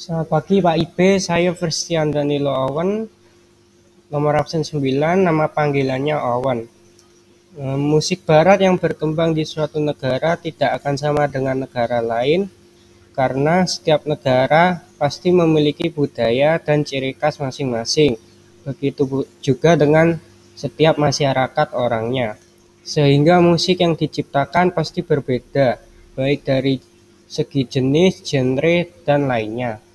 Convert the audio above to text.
Selamat pagi Pak Ibe, saya Firstian Danilo Owen, nomor absen 9, nama panggilannya Owen. Musik barat yang berkembang di suatu negara tidak akan sama dengan negara lain, karena setiap negara pasti memiliki budaya dan ciri khas masing-masing. Begitu juga dengan setiap masyarakat orangnya. Sehingga musik yang diciptakan pasti berbeda, baik dari segi jenis, genre, dan lainnya.